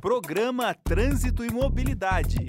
Programa Trânsito e Mobilidade.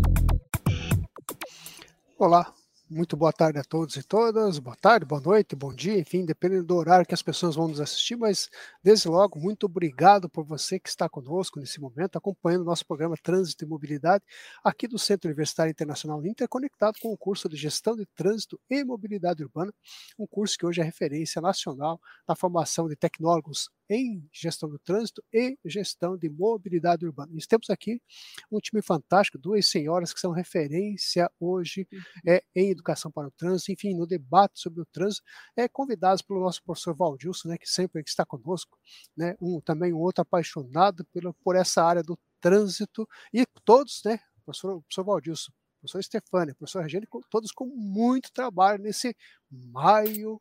Olá, muito boa tarde a todos e todas, boa tarde, boa noite, bom dia, enfim, dependendo do horário que as pessoas vão nos assistir, mas desde logo, muito obrigado por você que está conosco nesse momento, acompanhando o nosso programa Trânsito e Mobilidade, aqui do Centro Universitário Internacional interconectado com o curso de Gestão de Trânsito e Mobilidade Urbana, um curso que hoje é referência nacional na formação de tecnólogos em gestão do trânsito e gestão de mobilidade urbana. E temos aqui um time fantástico, duas senhoras que são referência hoje em educação para o trânsito, enfim, no debate sobre o trânsito, convidados pelo nosso professor Valdilson, que sempre está conosco, também um outro apaixonado por essa área do trânsito, e todos, professor Valdilson, professor Stefânia, professor Regiane, todos com muito trabalho nesse maio,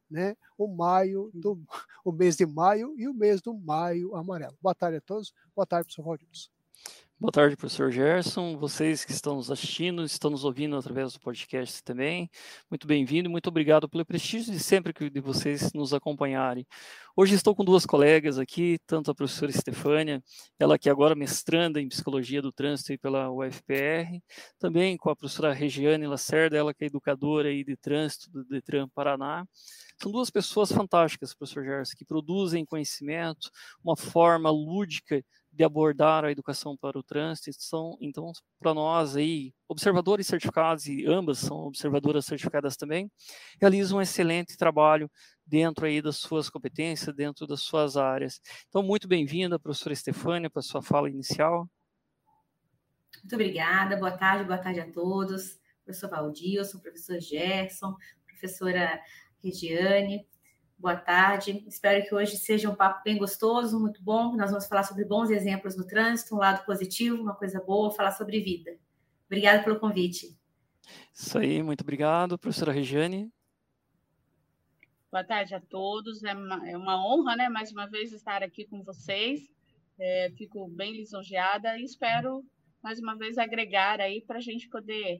o mês de maio e o mês do maio amarelo. Boa tarde a todos, boa tarde, professor Valdilson. Boa tarde, professor Gerson, vocês que estão nos assistindo, estão nos ouvindo através do podcast também, muito bem-vindo e muito obrigado pelo prestígio de sempre de vocês nos acompanharem. Hoje estou com duas colegas aqui, tanto a professora Stefânia, ela que agora mestranda em Psicologia do Trânsito aí pela UFPR, também com a professora Regiane Lacerda, ela que é educadora aí de trânsito do Detran Paraná. São duas pessoas fantásticas, professor Gerson, que produzem conhecimento, uma forma lúdica de abordar a educação para o trânsito, são, então, para nós aí, observadores certificados, e ambas são observadoras certificadas também, realizam um excelente trabalho dentro aí das suas competências, dentro das suas áreas. Então, muito bem-vinda, professora Stefânia, para a sua fala inicial. Muito obrigada, boa tarde a todos, professor Valdilson, professor Gerson, professora Regiane. Boa tarde, espero que hoje seja um papo bem gostoso, muito bom. Nós vamos falar sobre bons exemplos no trânsito, um lado positivo, uma coisa boa, falar sobre vida. Obrigada pelo convite. Isso aí, muito obrigado, professora Regiane. Boa tarde a todos, é uma honra, mais uma vez estar aqui com vocês. Fico bem lisonjeada e espero, mais uma vez, agregar aí para a gente poder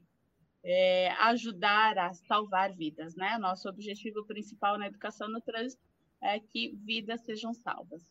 ajudar a salvar vidas, Nosso objetivo principal na educação no trânsito é que vidas sejam salvas.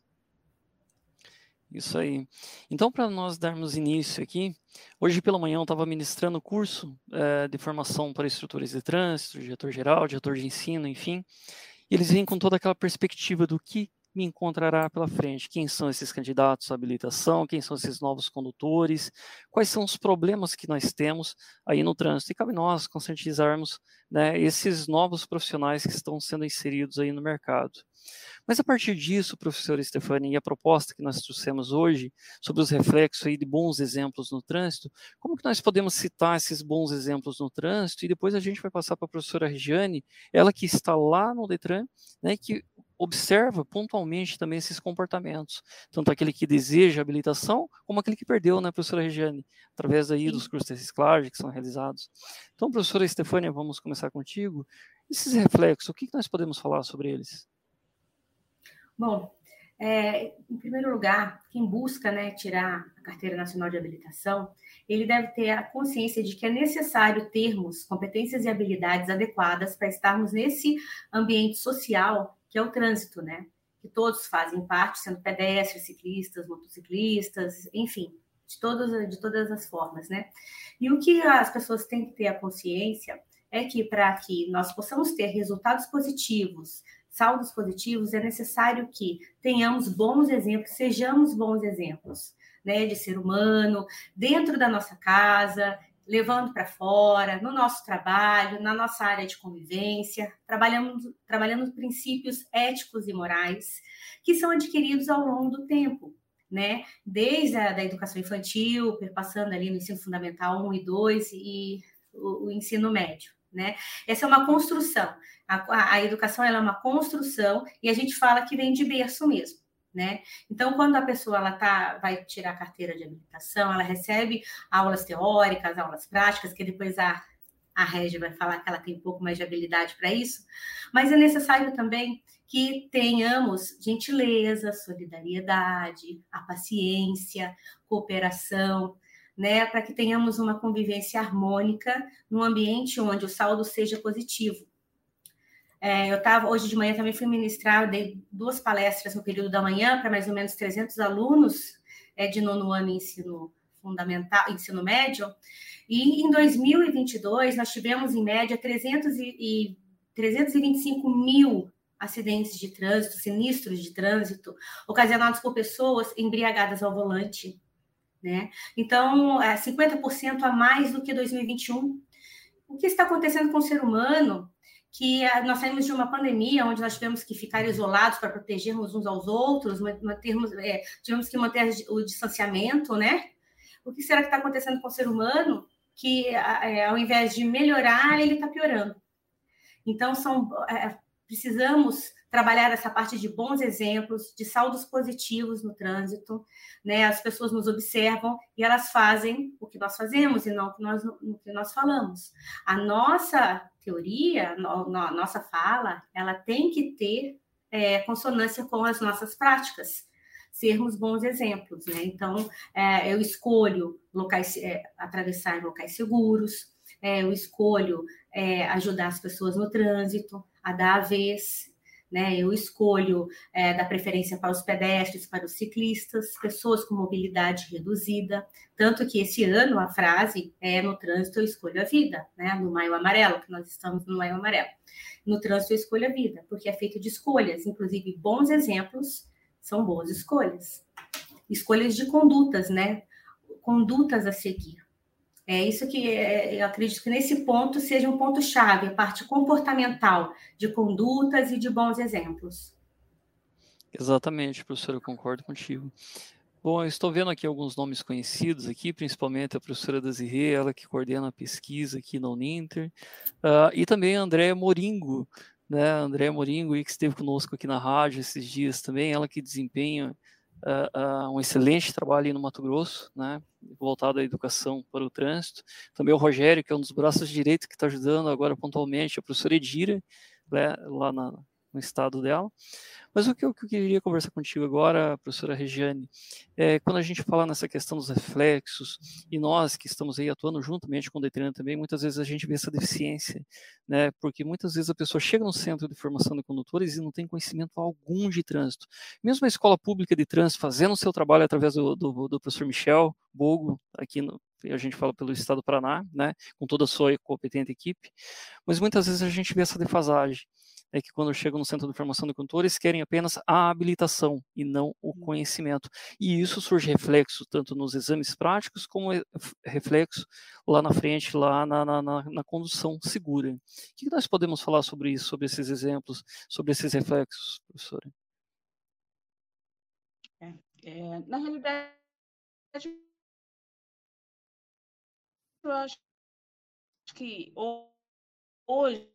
Isso aí. Então, para nós darmos início aqui, hoje pela manhã eu estava ministrando curso de formação para instrutores de trânsito, diretor-geral, diretor de ensino, enfim, e eles vêm com toda aquela perspectiva do que me encontrará pela frente, quem são esses candidatos à habilitação, quem são esses novos condutores, quais são os problemas que nós temos aí no trânsito, e cabe nós conscientizarmos esses novos profissionais que estão sendo inseridos aí no mercado. Mas a partir disso, professora Stefânia, e a proposta que nós trouxemos hoje sobre os reflexos aí de bons exemplos no trânsito, como que nós podemos citar esses bons exemplos no trânsito? E depois a gente vai passar para a professora Regiane, ela que está lá no Detran, que observa pontualmente também esses comportamentos, tanto aquele que deseja habilitação, como aquele que perdeu, professora Regiane, através aí dos cursos de reciclagem que são realizados. Então, professora Stefânia, vamos começar contigo. Esses reflexos, o que nós podemos falar sobre eles? Bom, em primeiro lugar, quem busca tirar a Carteira Nacional de Habilitação, ele deve ter a consciência de que é necessário termos competências e habilidades adequadas para estarmos nesse ambiente social que é o trânsito, que todos fazem parte, sendo pedestres, ciclistas, motociclistas, enfim, de todas as formas, E o que as pessoas têm que ter a consciência é que para que nós possamos ter resultados positivos, saldos positivos, é necessário que tenhamos bons exemplos, sejamos bons exemplos, de ser humano, dentro da nossa casa, levando para fora, no nosso trabalho, na nossa área de convivência, trabalhando princípios éticos e morais que são adquiridos ao longo do tempo, Desde a da educação infantil, perpassando ali no ensino fundamental 1 e 2 e o ensino médio. Essa é uma construção. A educação ela é uma construção e a gente fala que vem de berço mesmo. Então, quando a pessoa vai tirar a carteira de habilitação, ela recebe aulas teóricas, aulas práticas, que depois a Regia vai falar que ela tem um pouco mais de habilidade para isso, mas é necessário também que tenhamos gentileza, solidariedade, a paciência, cooperação, para que tenhamos uma convivência harmônica num ambiente onde o saldo seja positivo. Hoje de manhã também fui ministrar, dei 2 palestras no período da manhã para mais ou menos 300 alunos de nono ano ensino fundamental, ensino médio, e em 2022 nós tivemos em média 325 mil acidentes de trânsito, sinistros de trânsito, ocasionados por pessoas embriagadas ao volante, né? Então, 50% a mais do que 2021. O que está acontecendo com o ser humano? Que nós saímos de uma pandemia onde nós tivemos que ficar isolados para protegermos uns aos outros, tivemos que manter o distanciamento, né? O que será que está acontecendo com o ser humano que, ao invés de melhorar, ele está piorando? Então, precisamos trabalhar essa parte de bons exemplos, de saldos positivos no trânsito, né? As pessoas nos observam e elas fazem o que nós fazemos e não o que nós falamos. A nossa teoria, a nossa fala, ela tem que ter consonância com as nossas práticas, sermos bons exemplos, né? Então, eu escolho atravessar em locais seguros, eu escolho ajudar as pessoas no trânsito, a dar a vez, né? Eu escolho dar preferência para os pedestres, para os ciclistas, pessoas com mobilidade reduzida, tanto que esse ano a frase é no trânsito eu escolho a vida, né? No Maio Amarelo, que nós estamos no Maio Amarelo. No trânsito eu escolho a vida, porque é feito de escolhas, inclusive bons exemplos são boas escolhas. Escolhas de condutas, né? Condutas a seguir. É isso que eu acredito que nesse ponto seja um ponto-chave, a parte comportamental de condutas e de bons exemplos. Exatamente, professora, eu concordo contigo. Bom, eu estou vendo aqui alguns nomes conhecidos aqui, principalmente a professora Desirê, ela que coordena a pesquisa aqui na Uninter, e também a Andréa Moringo, né? A Andréa Moringo, que esteve conosco aqui na rádio esses dias também, ela que desempenha um excelente trabalho aí no Mato Grosso, né? Voltado à educação para o trânsito. Também o Rogério, que é um dos braços direitos que está ajudando agora pontualmente, a professora Edira, né? Lá no estado dela. Mas o que eu queria conversar contigo agora, professora Regiane, quando a gente fala nessa questão dos reflexos, e nós que estamos aí atuando juntamente com o Detran também, muitas vezes a gente vê essa deficiência, né? Porque muitas vezes a pessoa chega no centro de formação de condutores e não tem conhecimento algum de trânsito. Mesmo a escola pública de trânsito fazendo o seu trabalho através do professor Michel Bogo, aqui a gente fala pelo estado do Paraná, né? Com toda a sua competente equipe, mas muitas vezes a gente vê essa defasagem. É que quando chegam no centro de formação de condutores querem apenas a habilitação e não o conhecimento. E isso surge reflexo tanto nos exames práticos como reflexo lá na frente, lá na condução segura. O que nós podemos falar sobre isso, sobre esses exemplos, sobre esses reflexos, professora? Na realidade, eu acho que hoje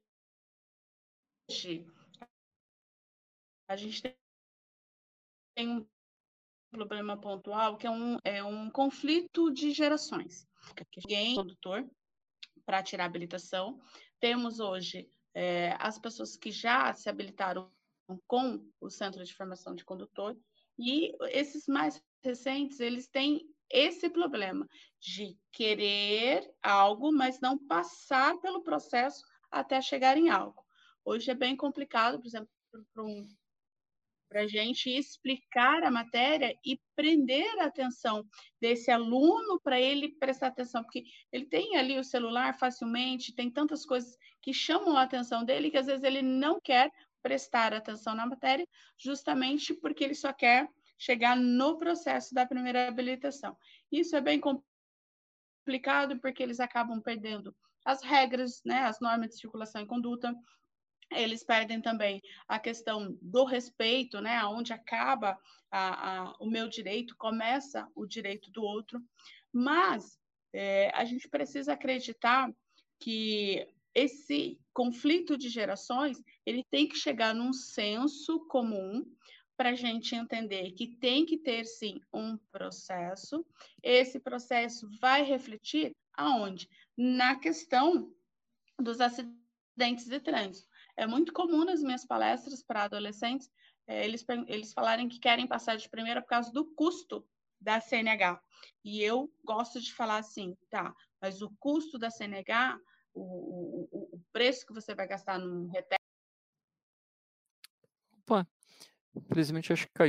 a gente tem um problema pontual que é um conflito de gerações. Ninguém é condutor para tirar a habilitação. Temos hoje as pessoas que já se habilitaram com o Centro de Formação de Condutor e esses mais recentes, eles têm esse problema de querer algo, mas não passar pelo processo até chegar em algo. Hoje é bem complicado, por exemplo, para a gente explicar a matéria e prender a atenção desse aluno para ele prestar atenção, porque ele tem ali o celular facilmente, tem tantas coisas que chamam a atenção dele que às vezes ele não quer prestar atenção na matéria, justamente porque ele só quer chegar no processo da primeira habilitação. Isso é bem complicado porque eles acabam perdendo as regras, né, as normas de circulação e conduta. Eles perdem também a questão do respeito, né? Onde acaba o meu direito, começa o direito do outro. Mas a gente precisa acreditar que esse conflito de gerações ele tem que chegar num senso comum para a gente entender que tem que ter, sim, um processo. Esse processo vai refletir aonde? Na questão dos acidentes de trânsito. É muito comum nas minhas palestras para adolescentes eles falarem que querem passar de primeira por causa do custo da CNH. E eu gosto de falar assim, tá, mas o custo da CNH, o preço que você vai gastar num reté... Opa, infelizmente acho que caiu.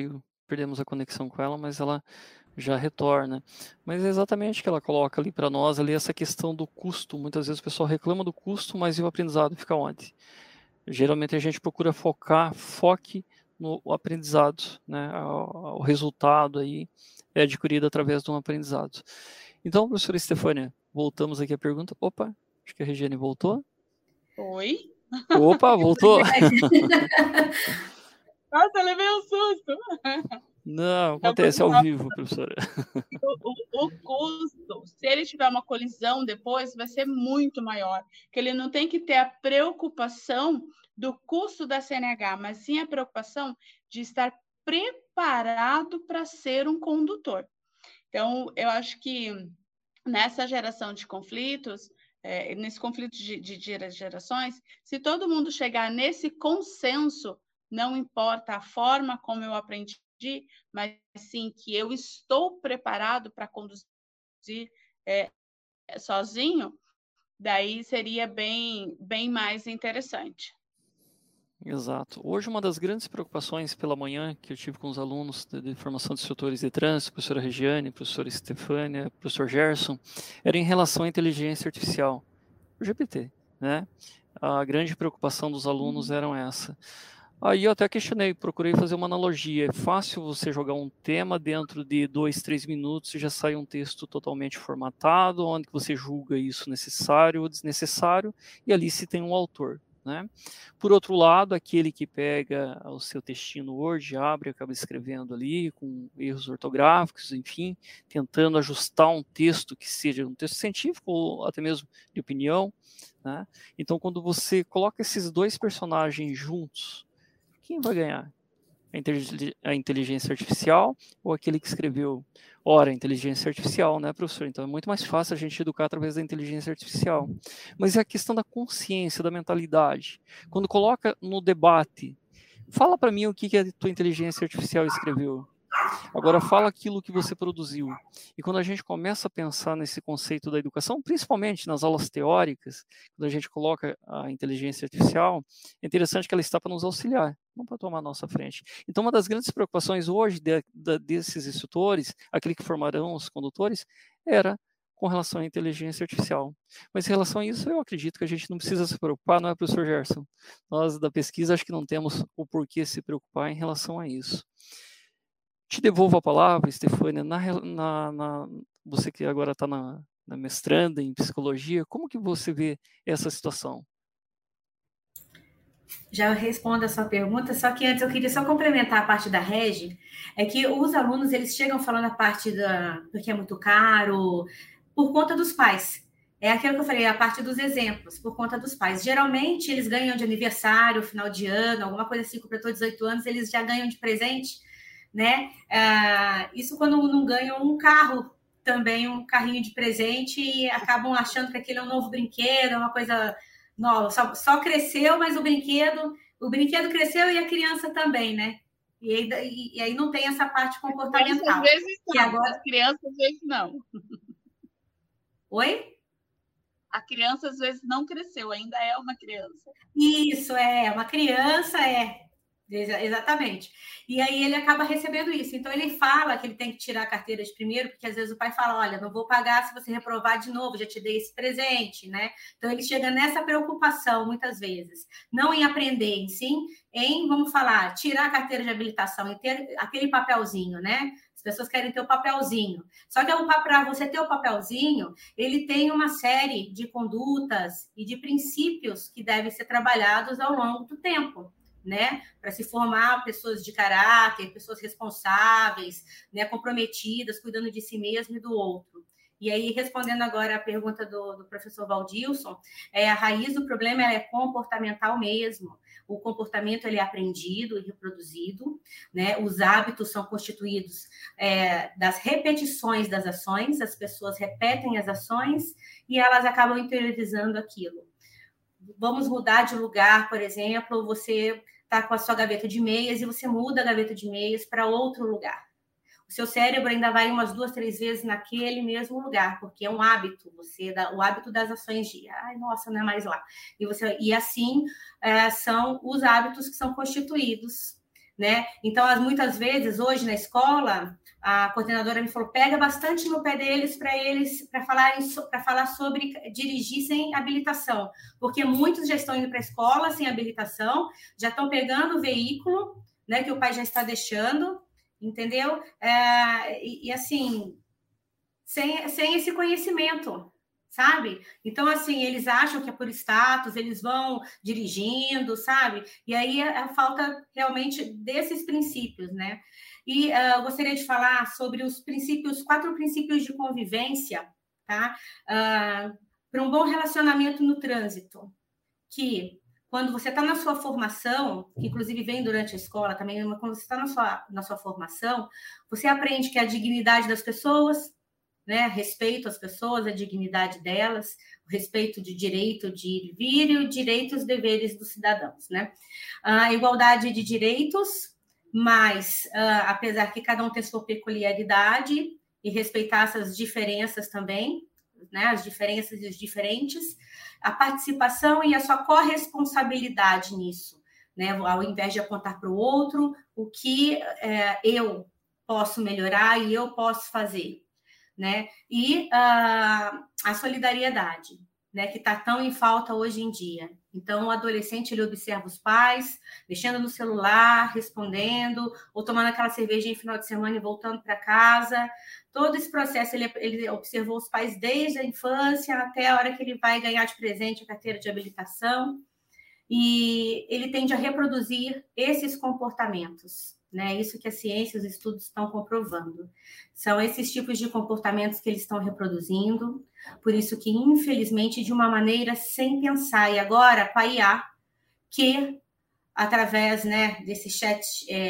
perdemos a conexão com ela, mas ela já retorna. Mas é exatamente o que ela coloca ali para nós, ali, essa questão do custo. Muitas vezes o pessoal reclama do custo, mas e o aprendizado fica onde? Geralmente a gente procura foque no aprendizado, né? O resultado aí é adquirido através de um aprendizado. Então, professora Estefânia, voltamos aqui à pergunta. Opa, acho que a Regiane voltou. Oi? Opa, voltou. Nossa, eu levei um susto. Não, acontece ao vivo, professora. O custo, se ele tiver uma colisão depois, vai ser muito maior. Que ele não tem que ter a preocupação do custo da CNH, mas sim a preocupação de estar preparado para ser um condutor. Então, eu acho que nessa geração de conflitos, nesse conflito de gerações, se todo mundo chegar nesse consenso, não importa a forma como eu aprendi, mas sim que eu estou preparado para conduzir sozinho, daí seria bem mais interessante. Exato. Hoje, uma das grandes preocupações pela manhã que eu tive com os alunos de formação de instrutores de trânsito, professora Regiane, professora Estefânia, professor Gerson, era em relação à inteligência artificial, o GPT, né? A grande preocupação dos alunos era essa. Aí eu até questionei, procurei fazer uma analogia. É fácil você jogar um tema dentro de 2, 3 minutos e já sai um texto totalmente formatado, onde você julga isso necessário ou desnecessário, e ali se tem um autor. Né? Por outro lado, aquele que pega o seu textinho no Word, abre e acaba escrevendo ali, com erros ortográficos, enfim, tentando ajustar um texto que seja um texto científico ou até mesmo de opinião. Né? Então, quando você coloca esses dois personagens juntos, quem vai ganhar? A inteligência artificial ou aquele que escreveu? Ora, a inteligência artificial, né, professor? Então é muito mais fácil a gente educar através da inteligência artificial. Mas é a questão da consciência, da mentalidade. Quando coloca no debate, fala para mim o que a tua inteligência artificial escreveu. Agora fala aquilo que você produziu. E quando a gente começa a pensar nesse conceito da educação, principalmente nas aulas teóricas, quando a gente coloca a inteligência artificial, é interessante que ela está para nos auxiliar, não para tomar a nossa frente. Então, uma das grandes preocupações hoje desses instrutores, aquele que formarão os condutores, era com relação à inteligência artificial. Mas em relação a isso, eu acredito que a gente não precisa se preocupar, não é, professor Gerson? Nós da pesquisa acho que não temos o porquê se preocupar em relação a isso. Te devolvo a palavra, Estefânia, você que agora está na mestranda em psicologia, como que você vê essa situação? Já respondo a sua pergunta, só que antes eu queria só complementar a parte da Regi, é que os alunos, eles chegam falando a parte do que é muito caro, por conta dos pais. É aquilo que eu falei, a parte dos exemplos, por conta dos pais. Geralmente, eles ganham de aniversário, final de ano, alguma coisa assim, completou 18 anos, eles já ganham de presente, né? Isso quando não ganham um carro, também um carrinho de presente, e acabam achando que aquele é um novo brinquedo, é uma coisa nova. Só cresceu, mas o brinquedo cresceu e a criança também, né? E aí não tem essa parte comportamental. Às vezes não, que agora... as crianças às vezes não. Oi? A criança às vezes não cresceu, ainda é uma criança. Isso, uma criança, exatamente. E aí ele acaba recebendo isso. Então ele fala que ele tem que tirar a carteira de primeiro, porque às vezes o pai fala, olha, não vou pagar se você reprovar de novo, já te dei esse presente, né? Então ele chega nessa preocupação muitas vezes, não em aprender em si, em, vamos falar, tirar a carteira de habilitação e ter aquele papelzinho, né? As pessoas querem ter o papelzinho. Só que para você ter o papelzinho, ele tem uma série de condutas e de princípios que devem ser trabalhados ao longo do tempo, né? Para se formar pessoas de caráter, pessoas responsáveis, né? Comprometidas, cuidando de si mesmo e do outro. E aí, respondendo agora a pergunta do professor Valdilson, a raiz do problema é comportamental mesmo. O comportamento ele é aprendido e reproduzido, né? Os hábitos são constituídos das repetições das ações, as pessoas repetem as ações e elas acabam interiorizando aquilo. Vamos mudar de lugar, por exemplo, você está com a sua gaveta de meias e você muda a gaveta de meias para outro lugar. O seu cérebro ainda vai umas 2, 3 vezes naquele mesmo lugar, porque é um hábito, o hábito das ações de, ai, nossa, não é mais lá. E assim são os hábitos que são constituídos, né? Então, muitas vezes, hoje na escola, a coordenadora me falou, pega bastante no pé deles para falar sobre dirigir sem habilitação, porque muitos já estão indo para a escola sem habilitação, já estão pegando o veículo, né, que o pai já está deixando, entendeu? E assim, sem esse conhecimento, sabe? Então, assim, eles acham que é por status, eles vão dirigindo, sabe? E aí a falta realmente desses princípios, né? E eu gostaria de falar sobre os 4 princípios de convivência, tá? Para um bom relacionamento no trânsito, que quando você está na sua formação, que inclusive vem durante a escola também, quando você está na sua formação, você aprende que a dignidade das pessoas, né, respeito às pessoas, a dignidade delas, o respeito de direito de vir e o direito e os deveres dos cidadãos, né? A igualdade de direitos, mas apesar que cada um tem sua peculiaridade e respeitar essas diferenças também, né, as diferenças e os diferentes, a participação e a sua corresponsabilidade nisso, né, ao invés de apontar para o outro o que eu posso melhorar e eu posso fazer, né? E a solidariedade, né, que está tão em falta hoje em dia. Então, o adolescente, ele observa os pais, mexendo no celular, respondendo, ou tomando aquela cervejinha em final de semana e voltando para casa. Todo esse processo, ele observou os pais desde a infância até a hora que ele vai ganhar de presente a carteira de habilitação. E ele tende a reproduzir esses comportamentos, né? Isso que a ciência e os estudos estão comprovando. São esses tipos de comportamentos que eles estão reproduzindo, por isso que, infelizmente, de uma maneira sem pensar. E agora, com a IA, que, através, né, desse chat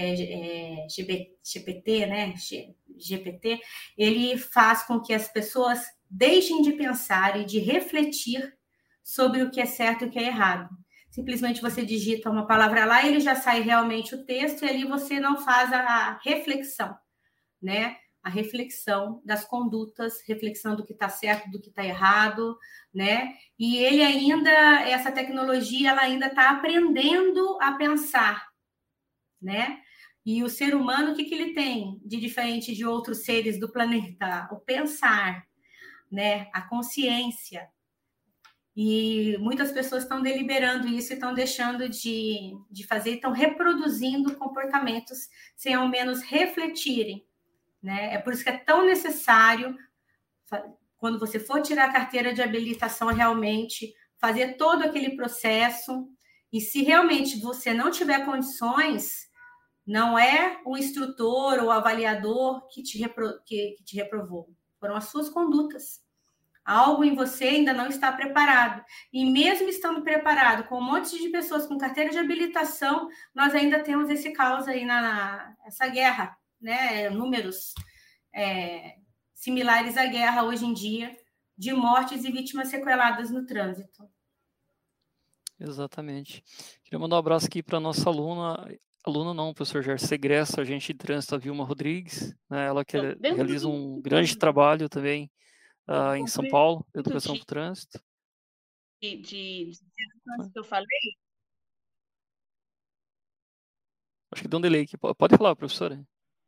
GPT, né, GPT, ele faz com que as pessoas deixem de pensar e de refletir sobre o que é certo e o que é errado. Simplesmente você digita uma palavra lá e ele já sai realmente o texto, e ali você não faz a reflexão, né? A reflexão das condutas, reflexão do que está certo, do que está errado, né? E ele ainda, essa tecnologia, ela ainda está aprendendo a pensar, né? E o ser humano, o que ele tem de diferente de outros seres do planeta? O pensar, né? A consciência. E muitas pessoas estão deliberando isso e estão deixando de fazer, estão reproduzindo comportamentos sem ao menos refletirem, né? É por isso que é tão necessário, quando você for tirar a carteira de habilitação, realmente fazer todo aquele processo. E se realmente você não tiver condições, não é o instrutor ou o avaliador que te reprovou, foram as suas condutas. Algo em você ainda não está preparado. E mesmo estando preparado, com um monte de pessoas com carteira de habilitação, nós ainda temos esse caos aí, essa guerra, né? Números similares à guerra hoje em dia, de mortes e vítimas sequeladas no trânsito. Exatamente. Queria mandar um abraço aqui para a nossa aluna não, professor Gerson, egressa, agente de trânsito, a Vilma Rodrigues, né? Ela que realiza um grande trabalho também em São Paulo, Educação para o Trânsito. De que eu falei? Acho que deu um delay aqui. Pode falar, professora.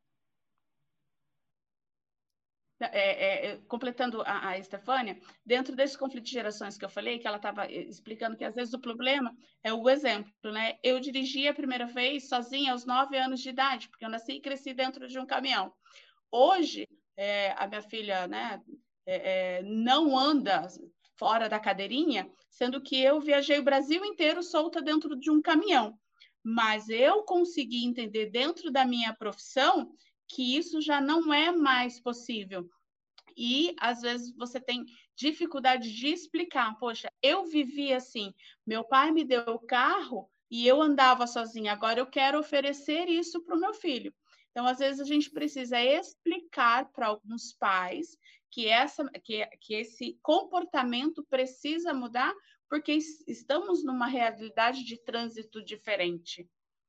Completando a Estefânia, dentro desse conflito de gerações que eu falei, que ela estava explicando que às vezes o problema é o exemplo, né? Eu dirigi a primeira vez sozinha aos 9 anos de idade, porque eu nasci e cresci dentro de um caminhão. Hoje, a minha filha, né, não anda fora da cadeirinha, sendo que eu viajei o Brasil inteiro solta dentro de um caminhão. Mas eu consegui entender dentro da minha profissão que isso já não é mais possível. E, às vezes, você tem dificuldade de explicar. Poxa, eu vivi assim, meu pai me deu o carro e eu andava sozinha, agora eu quero oferecer isso para o meu filho. Então, às vezes, a gente precisa explicar para alguns pais que esse comportamento precisa mudar, porque estamos numa realidade de trânsito diferente.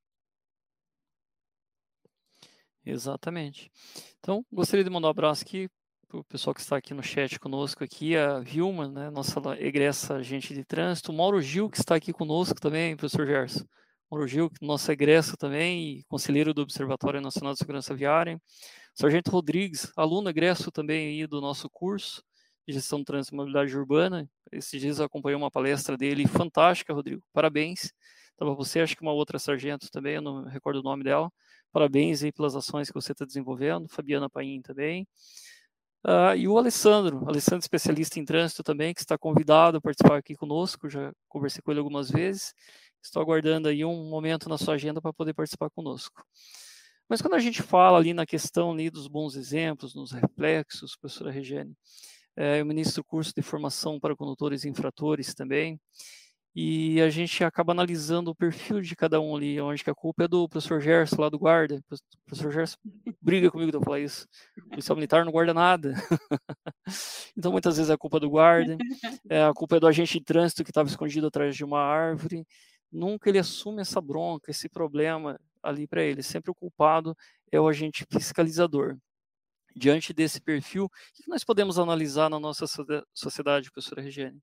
Exatamente. Então, gostaria de mandar um abraço aqui para o pessoal que está aqui no chat conosco, aqui, a Vilma, né, nossa egressa agente de trânsito, o Mauro Gil, que está aqui conosco também, professor Gerson. Mauro Gil, nosso egresso também, e conselheiro do Observatório Nacional de Segurança Viária. Sargento Rodrigues, aluno egresso também aí do nosso curso de Gestão de Trânsito e Mobilidade Urbana. Esses dias eu acompanhei uma palestra dele, fantástica, Rodrigo, parabéns. Estava você, acho que uma outra sargento também, eu não me recordo o nome dela. Parabéns aí pelas ações que você está desenvolvendo, Fabiana Paim também. E o Alessandro, especialista em trânsito também, que está convidado a participar aqui conosco, já conversei com ele algumas vezes, estou aguardando aí um momento na sua agenda para poder participar conosco. Mas quando a gente fala ali na questão ali dos bons exemplos, nos reflexos, professora Regiane, eu ministro curso de formação para condutores e infratores também, e a gente acaba analisando o perfil de cada um ali. Eu acho que a culpa é do professor Gerson, lá do guarda. O professor Gerson briga comigo de eu falar isso. O policial militar não guarda nada. Então, muitas vezes, é a culpa do guarda. A culpa é do agente de trânsito que estava escondido atrás de uma árvore. Nunca ele assume essa bronca, esse problema ali para ele. Sempre o culpado é o agente fiscalizador. Diante desse perfil, o que nós podemos analisar na nossa sociedade, professora Regiane?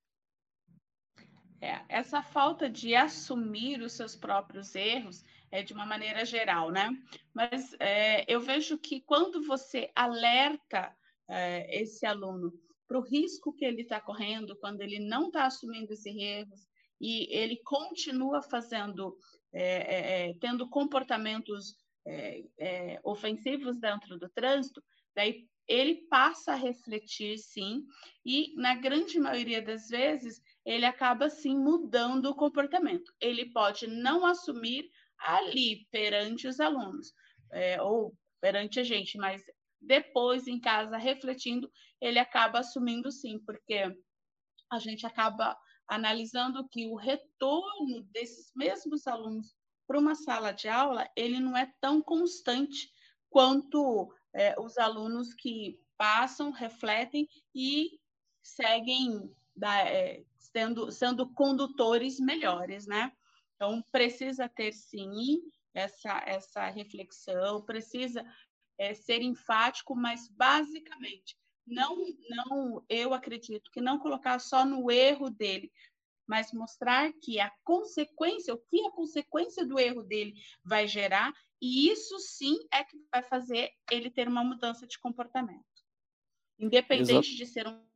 Essa falta de assumir os seus próprios erros é de uma maneira geral, né? Mas eu vejo que quando você alerta esse aluno para o risco que ele está correndo, quando ele não está assumindo esses erros e ele continua fazendo, tendo comportamentos ofensivos dentro do trânsito, daí ele passa a refletir, sim, e na grande maioria das vezes ele acaba, sim, mudando o comportamento. Ele pode não assumir ali, perante os alunos, ou perante a gente, mas depois, em casa, refletindo, ele acaba assumindo, sim, porque a gente acaba analisando que o retorno desses mesmos alunos para uma sala de aula, ele não é tão constante quanto os alunos que passam, refletem e seguem sendo condutores melhores, né? Então, precisa ter, sim, essa reflexão, precisa ser enfático, mas, basicamente, eu acredito que não colocar só no erro dele, mas mostrar que a consequência do erro dele vai gerar, e isso, sim, é que vai fazer ele ter uma mudança de comportamento. Independente de ser um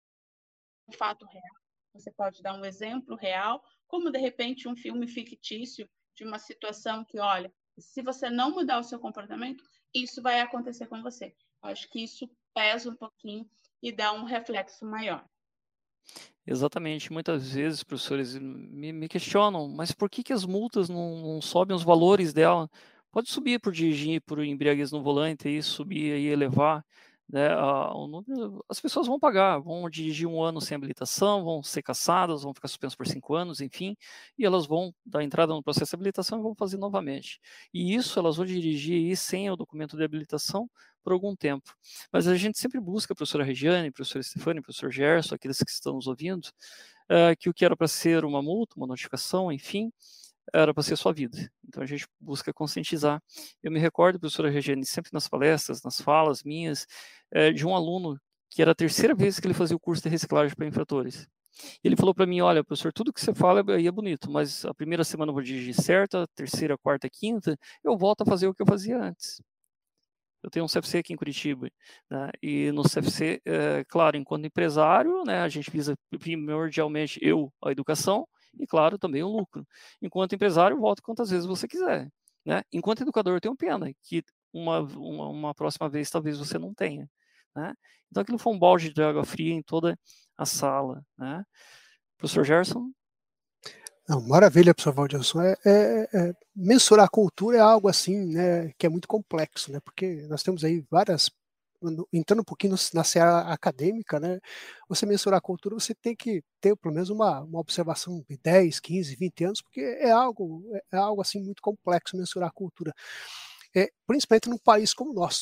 fato real, você pode dar um exemplo real, como de repente um filme fictício de uma situação que, olha, se você não mudar o seu comportamento, isso vai acontecer com você. Eu acho que isso pesa um pouquinho e dá um reflexo maior. Exatamente. Muitas vezes, professores me questionam, mas por que as multas não sobem os valores dela? Pode subir por dirigir por embriaguez no volante, aí subir e elevar, né, o número, as pessoas vão pagar, vão dirigir 1 ano sem habilitação, vão ser cassadas, vão ficar suspensas por 5 anos, enfim, e elas vão dar entrada no processo de habilitação e vão fazer novamente. E isso elas vão dirigir aí sem o documento de habilitação por algum tempo. Mas a gente sempre busca, professora Regiane, professora Stefânia, professor Gerson, aqueles que estão nos ouvindo, que o que era para ser uma multa, uma notificação, enfim, era para ser sua vida. Então a gente busca conscientizar. Eu me recordo, professora Regiane, sempre nas palestras, nas falas minhas, de um aluno que era a 3ª vez que ele fazia o curso de reciclagem para infratores. Ele falou para mim, olha, professor, tudo que você fala aí é bonito, mas a primeira semana eu vou dirigir certo, a 3ª, 4ª, 5ª, eu volto a fazer o que eu fazia antes. Eu tenho um CFC aqui em Curitiba, né? E no CFC, claro, enquanto empresário, né, a gente visa primordialmente a educação e, claro, também o lucro. Enquanto empresário, volte quantas vezes você quiser, né? Enquanto educador, eu tenho pena que uma próxima vez talvez você não tenha, né? Então, aquilo foi um balde de água fria em toda a sala, né? Professor Gerson? Não, maravilha, professor Valdilson. Mensurar a cultura é algo assim, né, que é muito complexo, né, porque nós temos aí várias, entrando um pouquinho na seara acadêmica, né, você mensurar a cultura, você tem que ter pelo menos uma observação de 10, 15, 20 anos, porque é algo assim muito complexo mensurar a cultura, principalmente num país como o nosso,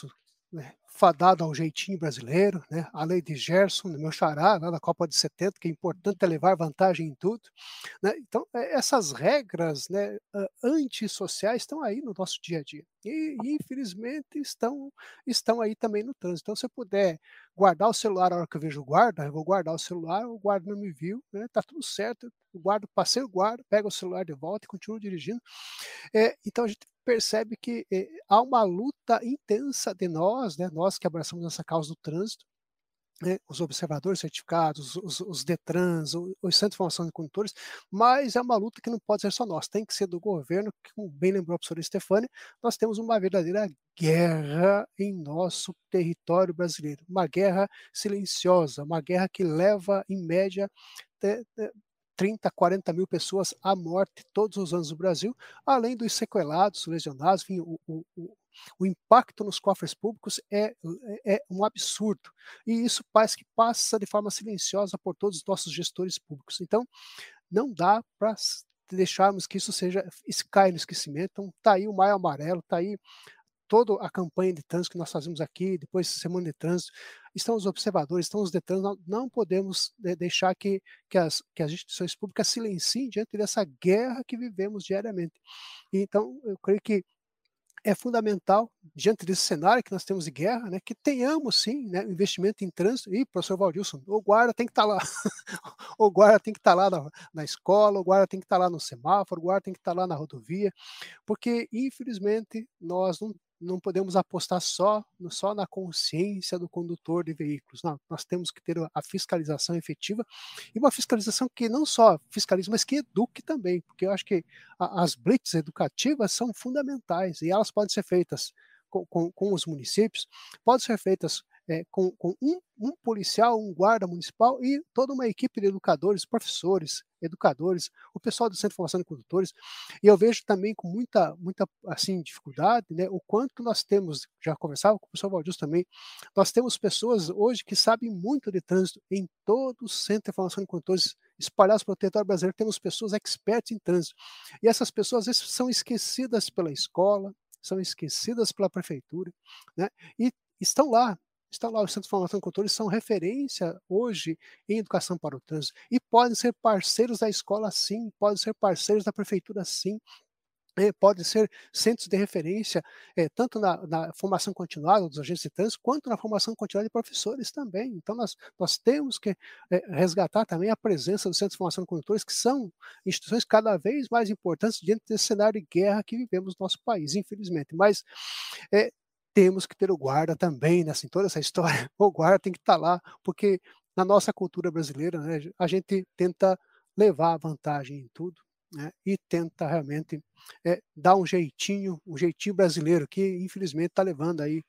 né, fadado ao jeitinho brasileiro, né, a lei de Gerson, meu xará, lá da Copa de 70, que é importante levar vantagem em tudo, né? Então, essas regras, né, antissociais estão aí no nosso dia a dia e infelizmente estão aí também no trânsito. Então, se eu puder guardar o celular a hora que eu vejo o guarda, eu vou guardar o celular, o guarda não me viu, né, tá tudo certo, eu guardo, passei o guarda, pego o celular de volta e continuo dirigindo. Então a gente percebe que há uma luta intensa de nós, né, nós que abraçamos essa causa do trânsito, né, os observadores certificados, os DETRANs, os centros de formação de condutores, mas é uma luta que não pode ser só nossa, tem que ser do governo, que, como bem lembrou a professora Stefânia, nós temos uma verdadeira guerra em nosso território brasileiro, uma guerra silenciosa, uma guerra que leva, em média, 30, 40 mil pessoas à morte todos os anos no Brasil, além dos sequelados, lesionados, enfim, o impacto nos cofres públicos é um absurdo. E isso parece que passa de forma silenciosa por todos os nossos gestores públicos. Então, não dá para deixarmos que isso caia no esquecimento. Então, está aí o Maio Amarelo, está aí toda a campanha de trânsito que nós fazemos aqui, depois Semana de Trânsito, estão os observadores, estão os DETRANs, não podemos deixar que as instituições públicas silenciem diante dessa guerra que vivemos diariamente. Então, eu creio que é fundamental, diante desse cenário que nós temos de guerra, né, que tenhamos sim, né, investimento em trânsito. E, professor Valdilson, o guarda tem que estar lá, o guarda tem que estar lá na escola, o guarda tem que estar lá no semáforo, o guarda tem que estar lá na rodovia, porque, infelizmente, nós não podemos apostar só na consciência do condutor de veículos. Não, nós temos que ter a fiscalização efetiva e uma fiscalização que não só fiscalize, mas que eduque também, porque eu acho que as blitz educativas são fundamentais e elas podem ser feitas com os municípios, podem ser feitas com um policial, um guarda municipal e toda uma equipe de educadores, professores, educadores, o pessoal do Centro de Formação de Condutores. E eu vejo também com muita assim, dificuldade, né, o quanto nós temos, já conversava com o professor Valdilson também, nós temos pessoas hoje que sabem muito de trânsito em todo o Centro de Formação de Condutores, espalhados pelo território brasileiro, temos pessoas expertas em trânsito. E essas pessoas, às vezes, são esquecidas pela escola, são esquecidas pela prefeitura, né, e estão lá os centros de formação de condutores, são referência hoje em educação para o trânsito e podem ser parceiros da escola sim, podem ser parceiros da prefeitura sim, podem ser centros de referência, tanto na formação continuada dos agentes de trânsito, quanto na formação continuada de professores também. Então, nós temos que resgatar também a presença dos centros de formação de condutores, que são instituições cada vez mais importantes diante desse cenário de guerra que vivemos no nosso país, infelizmente. Mas temos que ter o guarda também, né, assim, toda essa história, o guarda tem que estar lá, porque na nossa cultura brasileira, né, a gente tenta levar a vantagem em tudo, né, e tenta realmente dar um jeitinho brasileiro, que infelizmente está levando aí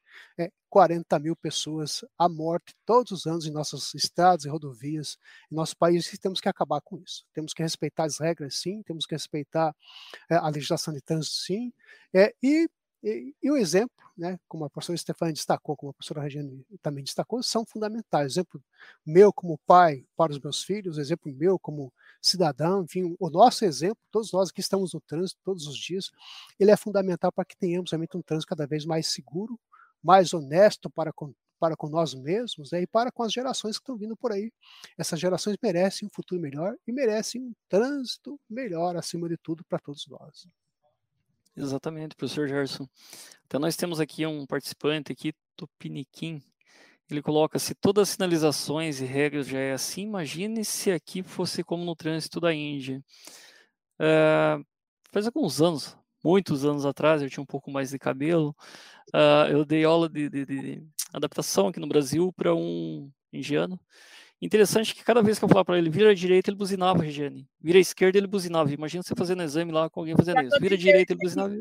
40 mil pessoas à morte todos os anos em nossos estradas e rodovias, em nosso país, e temos que acabar com isso. Temos que respeitar as regras, sim, temos que respeitar a legislação de trânsito, sim, e o exemplo, né, como a professora Stefânia destacou, como a professora Regiane também destacou, são fundamentais. O exemplo meu como pai para os meus filhos, o exemplo meu como cidadão, enfim, o nosso exemplo, todos nós que estamos no trânsito todos os dias, ele é fundamental para que tenhamos realmente um trânsito cada vez mais seguro, mais honesto para com nós mesmos, né, e para com as gerações que estão vindo por aí. Essas gerações merecem um futuro melhor e merecem um trânsito melhor, acima de tudo, para todos nós. Exatamente, professor Gerson. Então nós temos aqui um participante aqui, Tupiniquim. Ele coloca: se todas as sinalizações e regras já é assim, imagine se aqui fosse como no trânsito da Índia. Faz alguns anos, muitos anos atrás, eu tinha um pouco mais de cabelo, eu dei aula de adaptação aqui no Brasil para um indiano. Interessante que cada vez que eu falava para ele, vira à direita, ele buzinava, Regiane. Vira à esquerda, ele buzinava. Imagina você fazendo exame lá com alguém fazendo isso. Vira à direita, ele buzinava.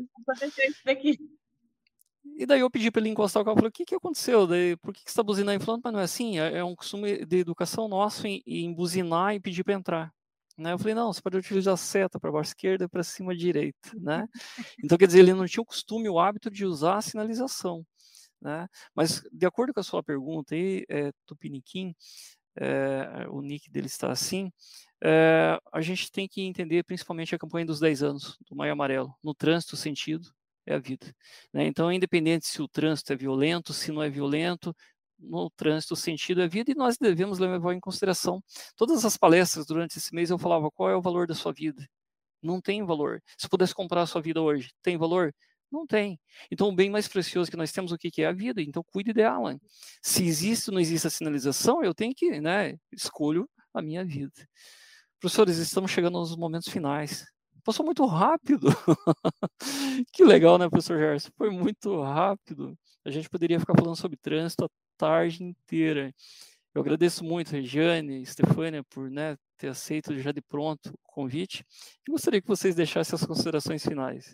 E daí eu pedi para ele encostar o carro e falei: o que aconteceu? Daí, por que você está buzinando? Ele falou: mas não é assim, é um costume de educação nosso em buzinar e pedir para entrar. Né? Eu falei: não, você pode utilizar a seta para baixo esquerda e para cima direita. Né? Então, quer dizer, ele não tinha o costume, o hábito de usar a sinalização. Né? Mas, de acordo com a sua pergunta aí, Tupiniquim, o nick dele está assim, a gente tem que entender principalmente a campanha dos 10 anos, do Maio Amarelo, no trânsito sentido, é a vida, né? Então, independente se o trânsito é violento, se não é violento, no trânsito o sentido é vida, e nós devemos levar em consideração. Todas as palestras durante esse mês eu falava, qual é o valor da sua vida? Não tem valor. Se pudesse comprar a sua vida hoje, tem valor? Não tem. Então, o bem mais precioso que nós temos, o que é a vida? Então, cuide dela. Se existe ou não existe a sinalização, eu tenho que, né, escolho a minha vida. Professores, estamos chegando aos momentos finais. Passou muito rápido. Que legal, né, professor Gerson? Foi muito rápido. A gente poderia ficar falando sobre trânsito a tarde inteira. Eu agradeço muito, Regiane, Estefânia, por, né, ter aceito já de pronto o convite. E gostaria que vocês deixassem as considerações finais.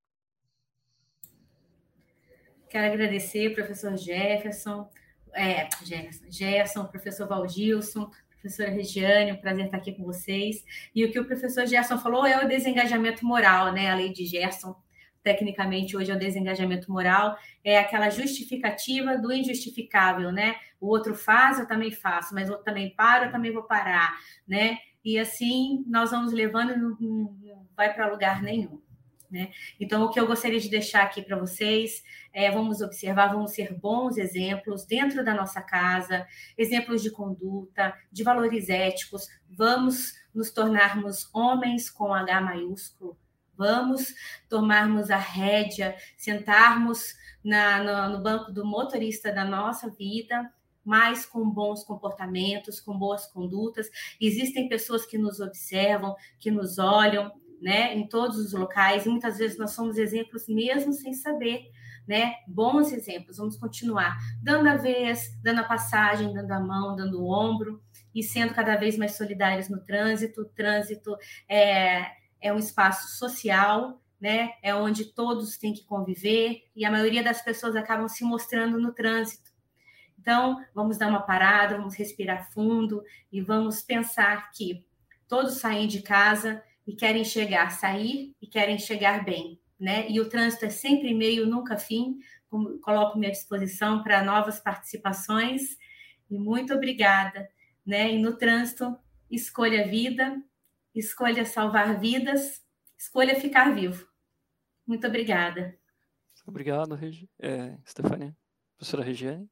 Quero agradecer, professor Gerson, professor Valdilson, professora Regiane, um prazer estar aqui com vocês. E o que o professor Gerson falou é o desengajamento moral, né? A lei de Gerson, tecnicamente, hoje é o desengajamento moral, é aquela justificativa do injustificável, né? O outro faz, eu também faço, mas o outro também para, eu também vou parar, né? E assim nós vamos levando e não vai para lugar nenhum, né? Então, o que eu gostaria de deixar aqui para vocês é, vamos observar, vamos ser bons exemplos dentro da nossa casa, exemplos de conduta, de valores éticos, vamos nos tornarmos homens com H maiúsculo, vamos tomarmos a rédea, sentarmos no banco do motorista da nossa vida, mas com bons comportamentos, com boas condutas. Existem pessoas que nos observam, que nos olham, né, em todos os locais, e muitas vezes nós somos exemplos mesmo sem saber, né? Bons exemplos. Vamos continuar dando a vez, dando a passagem, dando a mão, dando o ombro e sendo cada vez mais solidários no trânsito. O trânsito é um espaço social, né? É onde todos têm que conviver e a maioria das pessoas acabam se mostrando no trânsito. Então, vamos dar uma parada, vamos respirar fundo e vamos pensar que todos saem de casa e querem sair e querem chegar bem, né? E o trânsito é sempre meio, nunca fim. Coloco-me à disposição para novas participações e muito obrigada, né? E no trânsito, escolha a vida, escolha salvar vidas, escolha ficar vivo. Muito obrigada. Obrigado, Estefânia. Professora Regiane?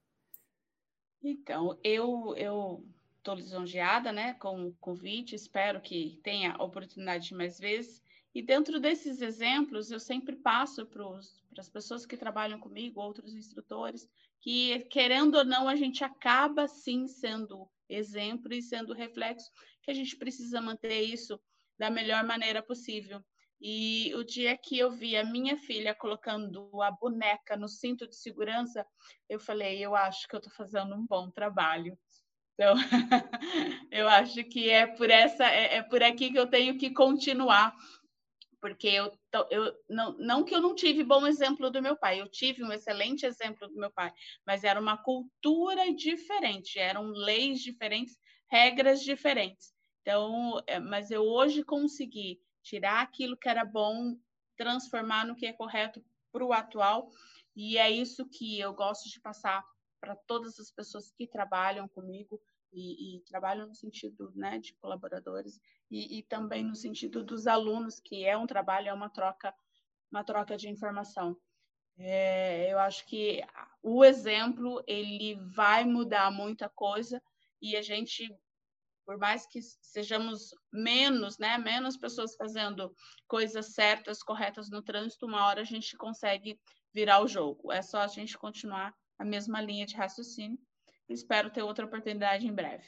Então, eu estou lisonjeada, né, com o convite, espero que tenha oportunidade de mais vezes. E dentro desses exemplos, eu sempre passo para as pessoas que trabalham comigo, outros instrutores, que, querendo ou não, a gente acaba, sim, sendo exemplo e sendo reflexo, que a gente precisa manter isso da melhor maneira possível. E o dia que eu vi a minha filha colocando a boneca no cinto de segurança, eu falei, eu acho que eu estou fazendo um bom trabalho. Então, eu acho que é por aqui que eu tenho que continuar, porque não que eu não tive bom exemplo do meu pai, eu tive um excelente exemplo do meu pai, mas era uma cultura diferente, eram leis diferentes, regras diferentes. Então, mas eu hoje consegui tirar aquilo que era bom, transformar no que é correto para o atual, e é isso que eu gosto de passar para todas as pessoas que trabalham comigo e trabalham no sentido, né, de colaboradores e também no sentido dos alunos, que é um trabalho, é uma troca de informação. Eu acho que o exemplo ele vai mudar muita coisa e a gente, por mais que sejamos menos pessoas fazendo coisas certas, corretas no trânsito, uma hora a gente consegue virar o jogo. É só a gente continuar a mesma linha de raciocínio. Espero ter outra oportunidade em breve.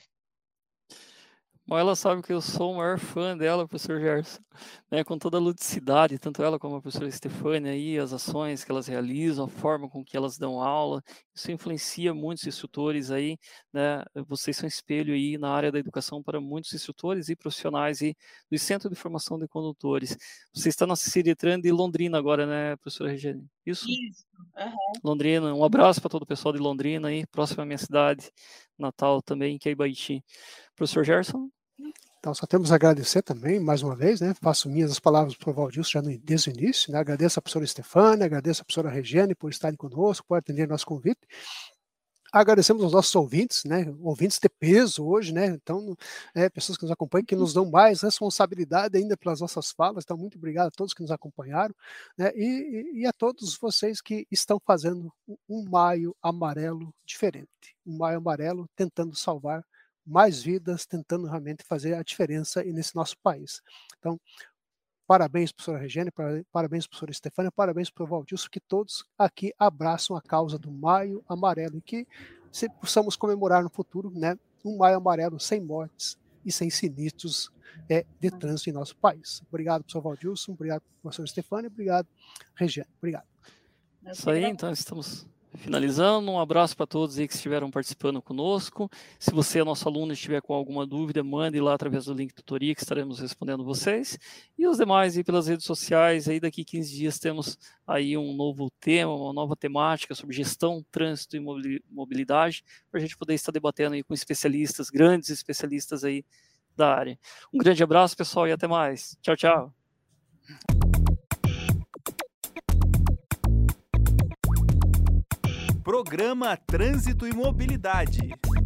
Bom, ela sabe que eu sou o maior fã dela, professor Gerson, né, com toda a ludicidade, tanto ela como a professora Estefânia, aí, as ações que elas realizam, a forma com que elas dão aula, isso influencia muitos instrutores aí, né, vocês são espelho aí na área da educação para muitos instrutores e profissionais aí do Centro de Formação de Condutores. Você está na Ciretran de Londrina agora, né, professora Regiane? Isso? Isso. Uhum. Londrina, um abraço para todo o pessoal de Londrina aí, próximo à minha cidade, Natal também, que é Ibaiti. Professor Gerson? Então, só temos a agradecer também, mais uma vez, né? Faço minhas as palavras para o Valdilson já desde o início, né? Agradeço a professora Estefânia, agradeço a professora Regiane por estarem conosco, por atender nosso convite. agradecemos aos nossos ouvintes, né? Ouvintes de peso hoje, né? Então, pessoas que nos acompanham, que nos dão mais responsabilidade ainda pelas nossas falas. Então, muito obrigado a todos que nos acompanharam, né? E a todos vocês que estão fazendo um Maio Amarelo diferente. Um Maio Amarelo tentando salvar mais vidas, tentando realmente fazer a diferença nesse nosso país. Então, parabéns, professora Regiane, parabéns, professora Estefânia, parabéns, professor Waldilson, que todos aqui abraçam a causa do Maio Amarelo e que possamos comemorar no futuro, né, um Maio Amarelo sem mortes e sem sinistros de trânsito em nosso país. Obrigado, professor Waldilson, obrigado, professora Estefânia, obrigado, Regiane, obrigado. Isso aí, então estamos finalizando. Um abraço para todos aí que estiveram participando conosco. Se você é nosso aluno e estiver com alguma dúvida, mande lá através do link tutoria que estaremos respondendo vocês. E os demais aí pelas redes sociais, aí daqui 15 dias temos aí um novo tema, uma nova temática sobre gestão, trânsito e mobilidade, para a gente poder estar debatendo aí com especialistas, grandes especialistas aí da área. Um grande abraço, pessoal, e até mais. Tchau, tchau. Programa Trânsito e Mobilidade.